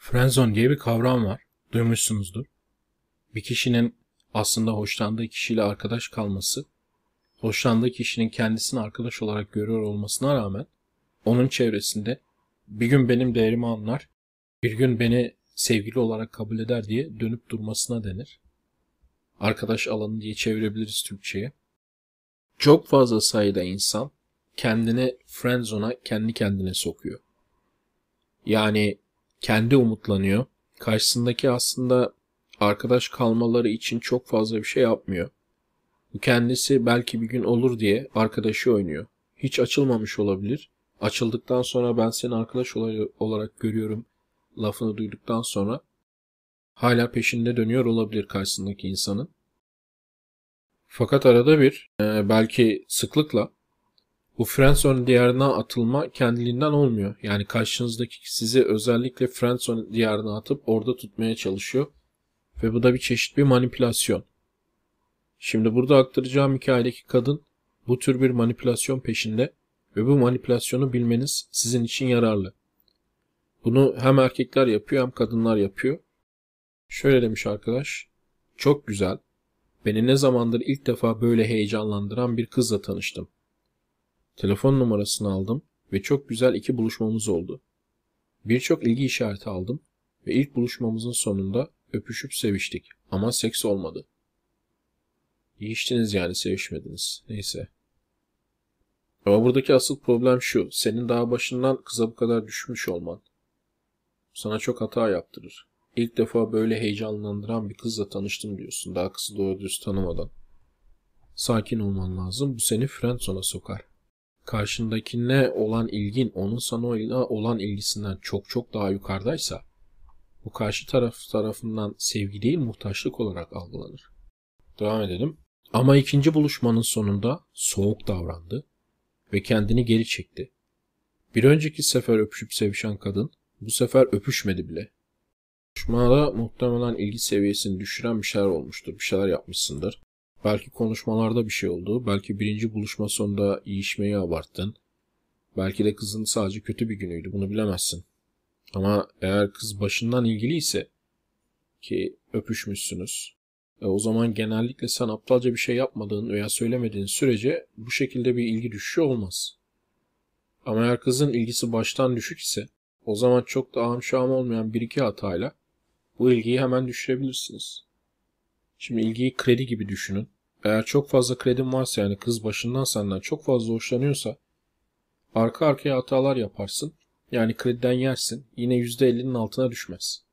Friendzone diye bir kavram var. Duymuşsunuzdur. Bir kişinin aslında hoşlandığı kişiyle arkadaş kalması, hoşlandığı kişinin kendisini arkadaş olarak görüyor olmasına rağmen onun çevresinde bir gün benim değerimi anlar, bir gün beni sevgili olarak kabul eder diye dönüp durmasına denir. Arkadaş alanı diye çevirebiliriz Türkçe'ye. Çok fazla sayıda insan kendini friendzone'a kendi kendine sokuyor. Yani kendi umutlanıyor. Karşısındaki aslında arkadaş kalmaları için çok fazla bir şey yapmıyor. Bu kendisi belki bir gün olur diye arkadaşı oynuyor. Hiç açılmamış olabilir. Açıldıktan sonra ben seni arkadaş olarak görüyorum lafını duyduktan sonra hala peşinde dönüyor olabilir karşısındaki insanın. Fakat arada bir belki sıklıkla bu friendzone diyarına atılma kendiliğinden olmuyor. Yani karşınızdaki sizi özellikle friendzone diyarına atıp orada tutmaya çalışıyor. Ve bu da bir çeşit bir manipülasyon. Şimdi burada aktaracağım hikayedeki kadın bu tür bir manipülasyon peşinde ve bu manipülasyonu bilmeniz sizin için yararlı. Bunu hem erkekler yapıyor hem kadınlar yapıyor. Şöyle demiş arkadaş, çok güzel, beni ne zamandır ilk defa böyle heyecanlandıran bir kızla tanıştım. Telefon numarasını aldım ve çok güzel 2 buluşmamız oldu. Birçok ilgi işareti aldım ve ilk buluşmamızın sonunda öpüşüp seviştik ama seks olmadı. İyiştiniz yani sevişmediniz. Neyse. Ama buradaki asıl problem şu. Senin daha başından kıza bu kadar düşmüş olman. Sana çok hata yaptırır. İlk defa böyle heyecanlandıran bir kızla tanıştım diyorsun. Daha kızı doğru düz tanımadan. Sakin olman lazım. Bu seni friendzone'a sokar. Karşındakine olan ilgin onun sana olan ilgisinden çok çok daha yukarıdaysa bu karşı tarafından sevgi değil muhtaçlık olarak algılanır. Devam edelim. Ama ikinci buluşmanın sonunda soğuk davrandı ve kendini geri çekti. Bir önceki sefer öpüşüp sevişen kadın bu sefer öpüşmedi bile. Buluşmada muhtemelen ilgi seviyesini düşüren bir şeyler olmuştur. Bir şeyler yapmışsındır. Belki konuşmalarda bir şey oldu. Belki birinci buluşma sonunda yiyişmeyi abarttın. Belki de kızın sadece kötü bir günüydü. Bunu bilemezsin. Ama eğer kız başından ilgiliyse ki öpüşmüşsünüz. O zaman genellikle sen aptalca bir şey yapmadığın veya söylemediğin sürece bu şekilde bir ilgi düşüşü olmaz. Ama eğer kızın ilgisi baştan düşük ise o zaman çok da ahım olmayan bir iki hatayla bu ilgiyi hemen düşürebilirsiniz. Şimdi ilgiyi kredi gibi düşünün. Eğer çok fazla kredin varsa yani kız başından senden çok fazla hoşlanıyorsa arka arkaya hatalar yaparsın. Yani krediden yersin. Yine %50'nin altına düşmez.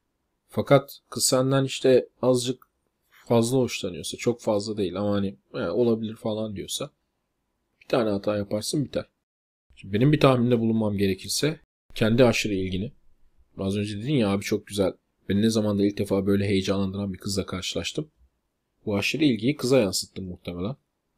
Fakat kız senden işte azıcık fazla hoşlanıyorsa, çok fazla değil ama hani olabilir falan diyorsa bir tane hata yaparsın biter. Şimdi benim bir tahminde bulunmam gerekirse kendi aşırı ilgini. Az önce dedin ya abi çok güzel. Ben ne zamanda ilk defa böyle heyecanlandıran bir kızla karşılaştım. Bu aşırı ilgiyi kıza yansıttım muhtemelen.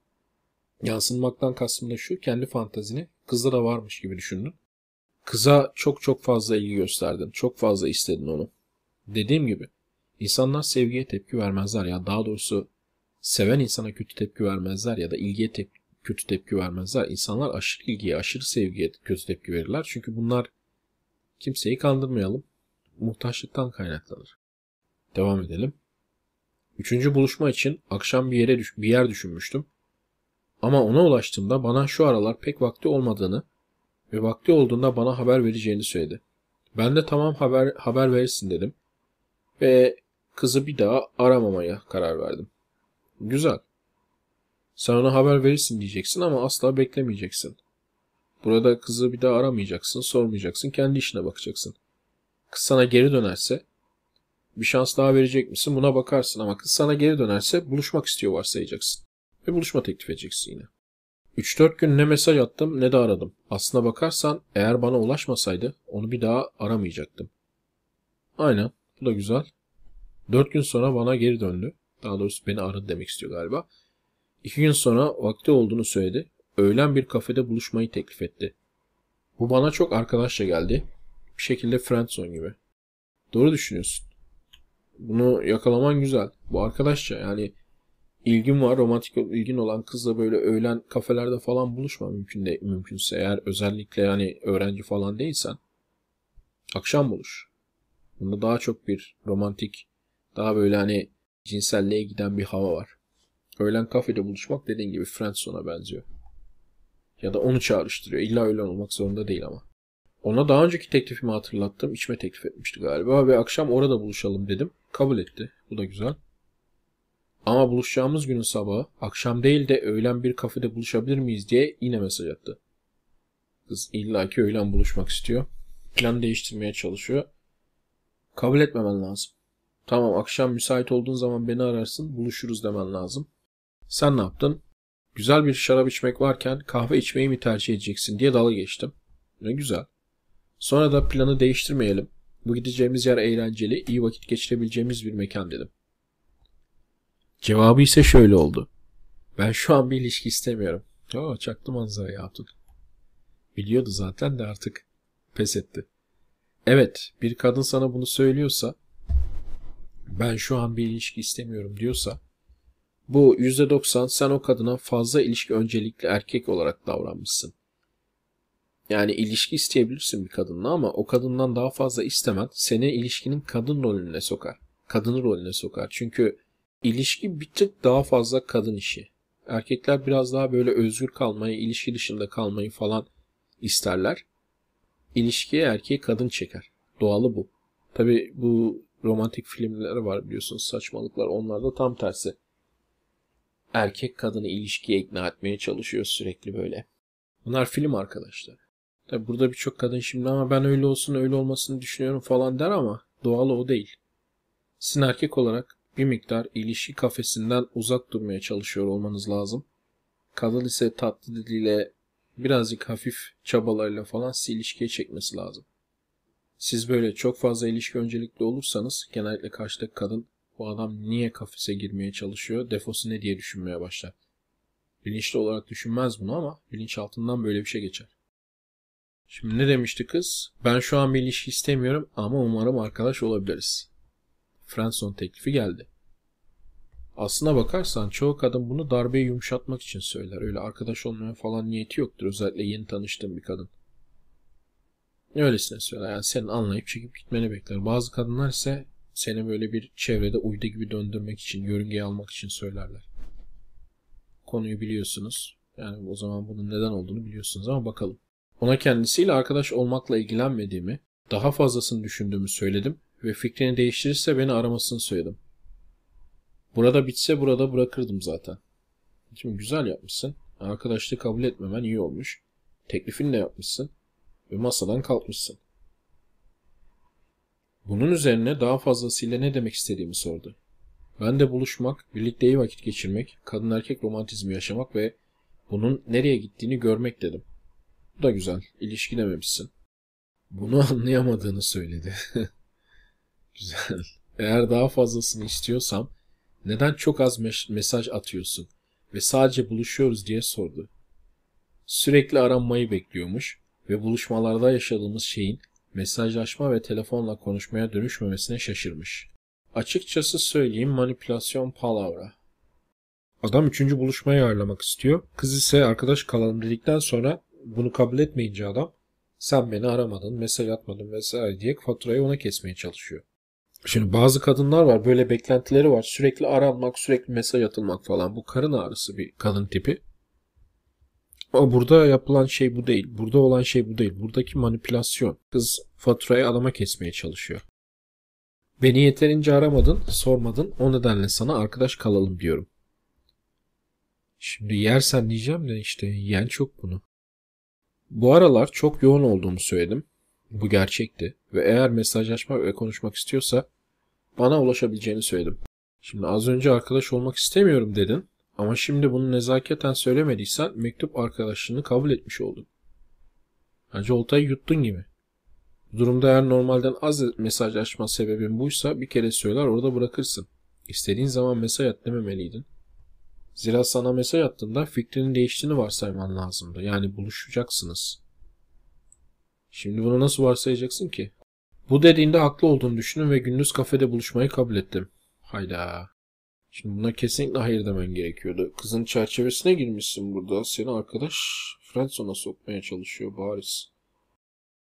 Yansınmaktan kastım da şu, kendi fantazini kızda da varmış gibi düşündün. Kıza çok çok fazla ilgi gösterdin. Çok fazla istedin onu. Dediğim gibi insanlar sevgiye tepki vermezler ya daha doğrusu seven insana kötü tepki vermezler ya da ilgiye kötü tepki vermezler. İnsanlar aşırı ilgiye, aşırı sevgiye kötü tepki verirler. Çünkü bunlar kimseyi kandırmayalım. Muhtaçlıktan kaynaklanır. Devam edelim. Üçüncü buluşma için akşam bir yer düşünmüştüm. Ama ona ulaştığımda bana şu aralar pek vakti olmadığını ve vakti olduğunda bana haber vereceğini söyledi. Ben de tamam haber verirsin dedim. Ve kızı bir daha aramamaya karar verdim. Güzel. Sen ona haber verirsin diyeceksin ama asla beklemeyeceksin. Burada kızı bir daha aramayacaksın, sormayacaksın, kendi işine bakacaksın. Kız sana geri dönerse bir şans daha verecek misin buna bakarsın ama kız sana geri dönerse buluşmak istiyor varsayacaksın. Ve buluşma teklif edeceksin yine. 3-4 gün ne mesaj attım ne de aradım. Aslına bakarsan eğer bana ulaşmasaydı onu bir daha aramayacaktım. Aynen, bu da güzel. 4 gün sonra bana geri döndü. Daha doğrusu beni aradı demek istiyor galiba. 2 gün sonra vakti olduğunu söyledi. Öğlen bir kafede buluşmayı teklif etti. Bu bana çok arkadaşça geldi. Bir şekilde friendzone gibi. Doğru düşünüyorsun. Bunu yakalaman güzel. Bu arkadaşça yani ilgin var, romantik ilgin olan kızla böyle öğlen kafelerde falan buluşma mümkünse eğer özellikle yani öğrenci falan değilsen akşam buluş. Bunda daha çok bir romantik, daha böyle hani cinselliğe giden bir hava var. Öğlen kafede buluşmak dediğin gibi friendzone'a benziyor. Ya da onu çağrıştırıyor. İlla öğlen olmak zorunda değil ama. Ona daha önceki teklifimi hatırlattım. İçme teklif etmişti galiba ve akşam orada buluşalım dedim. Kabul etti. Bu da güzel. Ama buluşacağımız günün sabahı akşam değil de öğlen bir kafede buluşabilir miyiz diye yine mesaj attı. Kız illaki öğlen buluşmak istiyor. Plan değiştirmeye çalışıyor. Kabul etmemen lazım. Tamam, akşam müsait olduğun zaman beni ararsın, buluşuruz demen lazım. Sen ne yaptın? Güzel bir şarap içmek varken kahve içmeyi mi tercih edeceksin diye dalga geçtim. Ne güzel. Sonra da planı değiştirmeyelim. Bu gideceğimiz yer eğlenceli, iyi vakit geçirebileceğimiz bir mekan dedim. Cevabı ise şöyle oldu. Ben şu an bir ilişki istemiyorum. Çaktı manzarayı hatun. Biliyordu zaten de artık pes etti. Evet, bir kadın sana bunu söylüyorsa, ben şu an bir ilişki istemiyorum diyorsa, bu %90 sen o kadına fazla ilişki öncelikli erkek olarak davranmışsın. Yani ilişki isteyebilirsin bir kadınla ama o kadından daha fazla istemen seni ilişkinin kadın rolüne sokar. Kadını rolüne sokar. Çünkü ilişki bir tık daha fazla kadın işi. Erkekler biraz daha böyle özgür kalmayı, ilişki dışında kalmayı falan isterler. İlişkiye erkeği kadın çeker. Doğalı bu. Tabi bu romantik filmler var biliyorsunuz, saçmalıklar, onlar da tam tersi. Erkek kadını ilişkiye ikna etmeye çalışıyor sürekli böyle. Bunlar film arkadaşlar. Tabi burada birçok kadın şimdi ama ben öyle olsun öyle olmasını düşünüyorum falan der ama doğalı o değil. Sizin erkek olarak bir miktar ilişki kafesinden uzak durmaya çalışıyor olmanız lazım. Kadın ise tatlı diliyle birazcık hafif çabalarıyla falan sizi ilişkiye çekmesi lazım. Siz böyle çok fazla ilişki öncelikli olursanız genellikle karşıdaki kadın bu adam niye kafese girmeye çalışıyor, defosu ne diye düşünmeye başlar. Bilinçli olarak düşünmez bunu ama bilinçaltından böyle bir şey geçer. Şimdi ne demişti kız? Ben şu an bir ilişki istemiyorum ama umarım arkadaş olabiliriz. Friendzone teklifi geldi. Aslına bakarsan çoğu kadın bunu darbeyi yumuşatmak için söyler. Öyle arkadaş olmaya falan niyeti yoktur. Özellikle yeni tanıştığın bir kadın. Öylesine söyler. Yani senin anlayıp çekip gitmeni bekler. Bazı kadınlar ise seni böyle bir çevrede uydu gibi döndürmek için, yörüngeye almak için söylerler. Konuyu biliyorsunuz. Yani o zaman bunun neden olduğunu biliyorsunuz ama bakalım. Ona kendisiyle arkadaş olmakla ilgilenmediğimi, daha fazlasını düşündüğümü söyledim ve fikrini değiştirirse beni aramasını söyledim. Burada bitse burada bırakırdım zaten. Şimdi güzel yapmışsın. Arkadaşlığı kabul etmemen iyi olmuş. Teklifini de yapmışsın. Ve masadan kalkmışsın. Bunun üzerine daha fazlasıyla ne demek istediğimi sordu. Ben de buluşmak, birlikte iyi vakit geçirmek, kadın erkek romantizmi yaşamak ve bunun nereye gittiğini görmek dedim. Bu da güzel. İlişki dememişsin. Bunu anlayamadığını söyledi. Güzel. Eğer daha fazlasını istiyorsam neden çok az mesaj atıyorsun ve sadece buluşuyoruz diye sordu. Sürekli aranmayı bekliyormuş ve buluşmalarda yaşadığımız şeyin mesajlaşma ve telefonla konuşmaya dönüşmemesine şaşırmış. Açıkçası söyleyeyim, manipülasyon palavra. Adam 3. buluşmayı ayarlamak istiyor. Kız ise arkadaş kalalım dedikten sonra bunu kabul etmeyince adam sen beni aramadın, mesaj atmadın vesaire diye faturayı ona kesmeye çalışıyor. Şimdi bazı kadınlar var, böyle beklentileri var. Sürekli aranmak, sürekli mesaj atılmak falan. Bu karın ağrısı bir kadın tipi. Ama burada yapılan şey bu değil. Burada olan şey bu değil. Buradaki manipülasyon. Kız faturayı adama kesmeye çalışıyor. Beni yeterince aramadın, sormadın. O nedenle sana arkadaş kalalım diyorum. Şimdi yersen diyeceğim de işte yiyen çok bunu. Bu aralar çok yoğun olduğumu söyledim. Bu gerçekti. Ve eğer mesajlaşmak ve konuşmak istiyorsa bana ulaşabileceğini söyledim. Şimdi az önce arkadaş olmak istemiyorum dedin. Ama şimdi bunu nezaketen söylemediysen mektup arkadaşlığını kabul etmiş oldun. Bence oltayı yuttun gibi. Bu durumda eğer normalden az mesajlaşma sebebin buysa bir kere söyler orada bırakırsın. İstediğin zaman mesaj at dememeliydin. Zira sana mesaj attığında fikrinin değiştiğini varsayman lazımdı. Yani buluşacaksınız. Şimdi bunu nasıl varsayacaksın ki? Bu dediğinde haklı olduğunu düşündüm ve gündüz kafede buluşmayı kabul ettim. Hayda. Şimdi buna kesinlikle hayır demen gerekiyordu. Kızın çerçevesine girmişsin burada. Seni arkadaş friendzone'a sokmaya çalışıyor bariz.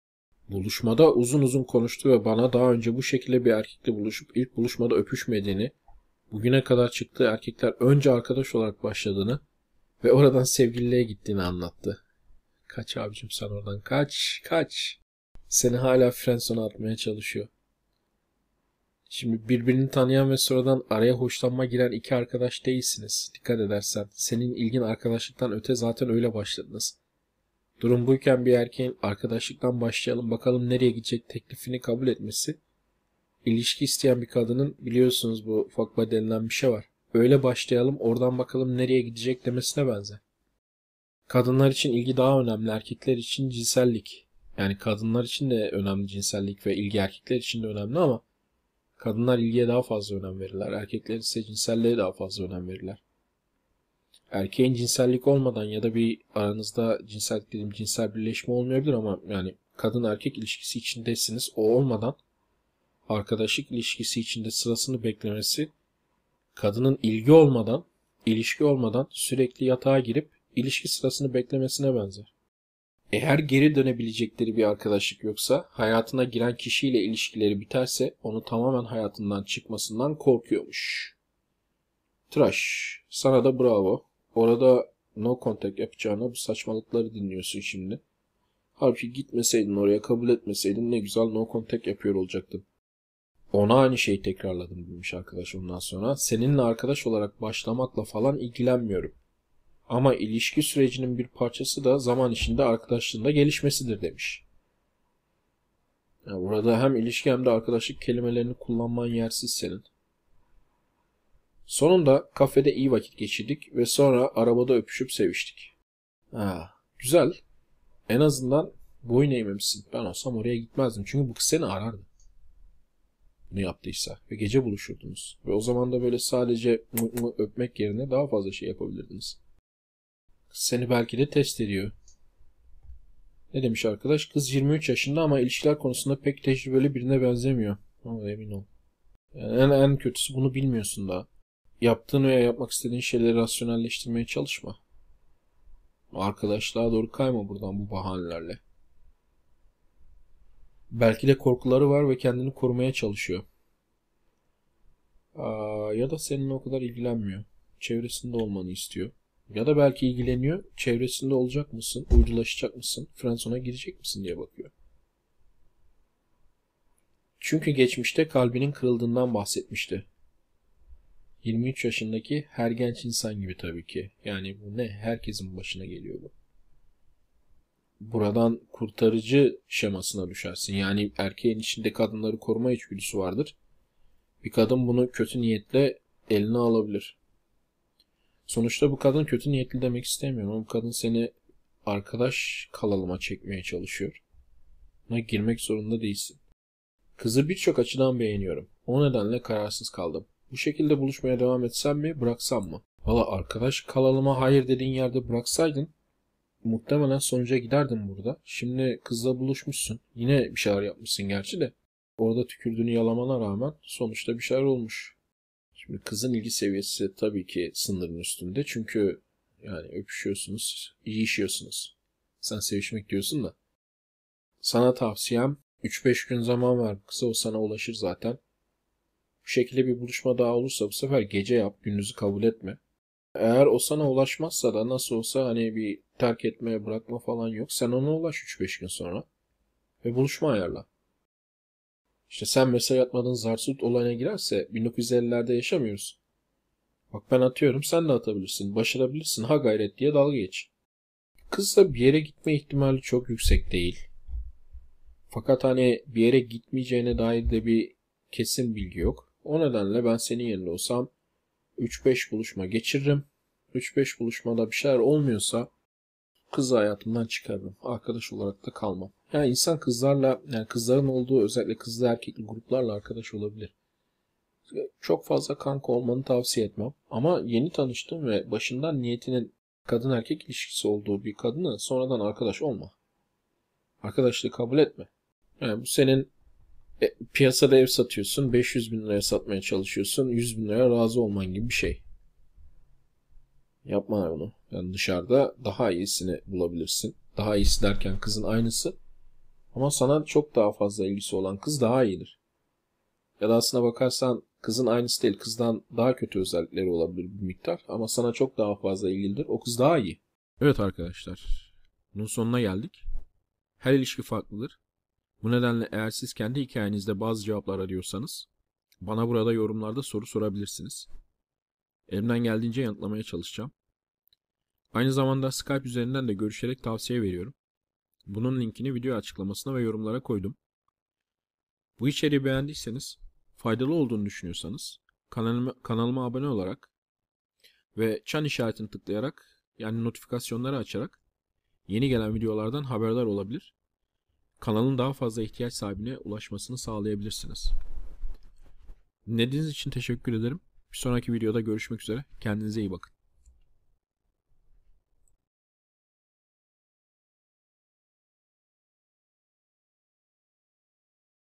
Buluşmada uzun uzun konuştu ve bana daha önce bu şekilde bir erkekle buluşup ilk buluşmada öpüşmediğini, bugüne kadar çıktığı erkekler önce arkadaş olarak başladığını ve oradan sevgililiğe gittiğini anlattı. Kaç abicim sen oradan, kaç, kaç. Seni hala frensona atmaya çalışıyor. Şimdi birbirini tanıyan ve sonradan araya hoşlanma giren iki arkadaş değilsiniz. Dikkat edersen. Senin ilgin arkadaşlıktan öte zaten öyle başladınız. Durum buyken bir erkeğin arkadaşlıktan başlayalım bakalım nereye gidecek teklifini kabul etmesi, ilişki isteyen bir kadının biliyorsunuz bu fuck buddy denilen bir şey var. Öyle başlayalım oradan bakalım nereye gidecek demesine benzer. Kadınlar için ilgi daha önemli, erkekler için cinsellik. Yani kadınlar için de önemli cinsellik ve ilgi, erkekler için de önemli ama kadınlar ilgiye daha fazla önem verirler. Erkekler ise cinselliğe daha fazla önem verirler. Erkeğin cinsellik olmadan ya da bir aranızda cinsellik dediğim cinsel birleşme olmayabilir ama yani kadın erkek ilişkisi içindesiniz. O olmadan arkadaşlık ilişkisi içinde sırasını beklemesi, kadının ilgi olmadan, ilişki olmadan sürekli yatağa girip ilişki sırasını beklemesine benzer. Eğer geri dönebilecekleri bir arkadaşlık yoksa, hayatına giren kişiyle ilişkileri biterse onu tamamen hayatından çıkmasından korkuyormuş. Tıraş, sana da bravo. Orada no contact yapacağına bu saçmalıkları dinliyorsun şimdi. Halbuki gitmeseydin oraya, kabul etmeseydin ne güzel no contact yapıyor olacaktın. Ona aynı şeyi tekrarladım demiş arkadaş ondan sonra. Seninle arkadaş olarak başlamakla falan ilgilenmiyorum. Ama ilişki sürecinin bir parçası da zaman içinde arkadaşlığında gelişmesidir demiş. Yani burada hem ilişki hem de arkadaşlık kelimelerini kullanman yersiz senin. Sonunda kafede iyi vakit geçirdik ve sonra arabada öpüşüp seviştik. Güzel. En azından boyun eğmemişsin. Ben olsam oraya gitmezdim. Çünkü bu kız seni arardı. Bunu yaptıysa. Ve gece buluşurdunuz. Ve o zaman da böyle sadece öpmek yerine daha fazla şey yapabilirdiniz. Kız seni belki de test ediyor. Ne demiş arkadaş? Kız 23 yaşında ama ilişkiler konusunda pek tecrübeli birine benzemiyor. Ama emin ol. Yani en kötüsü bunu bilmiyorsun daha. Yaptığın veya yapmak istediğin şeyleri rasyonelleştirmeye çalışma. Arkadaşlığa doğru kayma buradan bu bahanelerle. Belki de korkuları var ve kendini korumaya çalışıyor. Ya da seninle o kadar ilgilenmiyor. Çevresinde olmanı istiyor. Ya da belki ilgileniyor, çevresinde olacak mısın, uydulaşacak mısın, friendzone'a gidecek misin diye bakıyor. Çünkü geçmişte kalbinin kırıldığından bahsetmişti. 23 yaşındaki her genç insan gibi tabii ki. Yani bu ne? Herkesin başına geliyor bu. Buradan kurtarıcı şemasına düşersin. Yani erkeğin içinde kadınları koruma içgüdüsü vardır. Bir kadın bunu kötü niyetle eline alabilir. Sonuçta bu kadın kötü niyetli demek istemiyorum. Bu kadın seni arkadaş kalalıma çekmeye çalışıyor. Buna girmek zorunda değilsin. Kızı birçok açıdan beğeniyorum. O nedenle kararsız kaldım. Bu şekilde buluşmaya devam etsem mi, bıraksam mı? Valla arkadaş kalalıma hayır dediğin yerde bıraksaydın muhtemelen sonuca giderdin burada. Şimdi kızla buluşmuşsun. Yine bir şeyler yapmışsın gerçi de. Orada tükürdüğünü yalamana rağmen sonuçta bir şeyler olmuş. Şimdi kızın ilgi seviyesi tabii ki sınırın üstünde. Çünkü yani öpüşüyorsunuz, iyi işiyorsunuz. Sen sevişmek diyorsun da. Sana tavsiyem 3-5 gün zaman ver. Kısa o sana ulaşır zaten. Bu şekilde bir buluşma daha olursa bu sefer gece yap, gündüzü kabul etme. Eğer o sana ulaşmazsa da nasıl olsa hani bir terk etmeye bırakma falan yok. Sen ona ulaş 3-5 gün sonra. Ve buluşma ayarla. İşte sen mesaj atmadığın zarsut olayına girerse 1950'lerde yaşamıyoruz. Bak ben atıyorum sen de atabilirsin. Başarabilirsin ha gayret diye dalga geç. Kızla bir yere gitme ihtimali çok yüksek değil. Fakat hani bir yere gitmeyeceğine dair de bir kesin bilgi yok. O nedenle ben senin yerinde olsam 3-5 buluşma geçiririm. 3-5 buluşmada bir şeyler olmuyorsa kızı hayatımdan çıkarırım. Arkadaş olarak da kalmam. Yani insan kızlarla, yani kızların olduğu özellikle kızlı erkekli gruplarla arkadaş olabilir. Çok fazla kanka olmanı tavsiye etmem. Ama yeni tanıştığın ve başından niyetinin kadın erkek ilişkisi olduğu bir kadına sonradan arkadaş olma. Arkadaşlığı kabul etme. Yani bu senin piyasada ev satıyorsun, 500 bin liraya satmaya çalışıyorsun, 100 bin liraya razı olman gibi bir şey. Yapma bunu. Yani dışarıda daha iyisini bulabilirsin. Daha iyisi derken kızın aynısı. Ama sana çok daha fazla ilgisi olan kız daha iyidir. Ya da aslına bakarsan kızın aynısı değil. Kızdan daha kötü özellikleri olabilir bir miktar. Ama sana çok daha fazla ilgilidir. O kız daha iyi. Evet arkadaşlar. Bunun sonuna geldik. Her ilişki farklıdır. Bu nedenle eğer siz kendi hikayenizde bazı cevaplar arıyorsanız bana burada yorumlarda soru sorabilirsiniz. Elimden geldiğince yanıtlamaya çalışacağım. Aynı zamanda Skype üzerinden de görüşerek tavsiye veriyorum. Bunun linkini video açıklamasına ve yorumlara koydum. Bu içeriği beğendiyseniz, faydalı olduğunu düşünüyorsanız kanalıma abone olarak ve çan işaretini tıklayarak yani notifikasyonları açarak yeni gelen videolardan haberdar olabilir. Kanalın daha fazla ihtiyaç sahibine ulaşmasını sağlayabilirsiniz. Dinlediğiniz için teşekkür ederim. Bir sonraki videoda görüşmek üzere. Kendinize iyi bakın.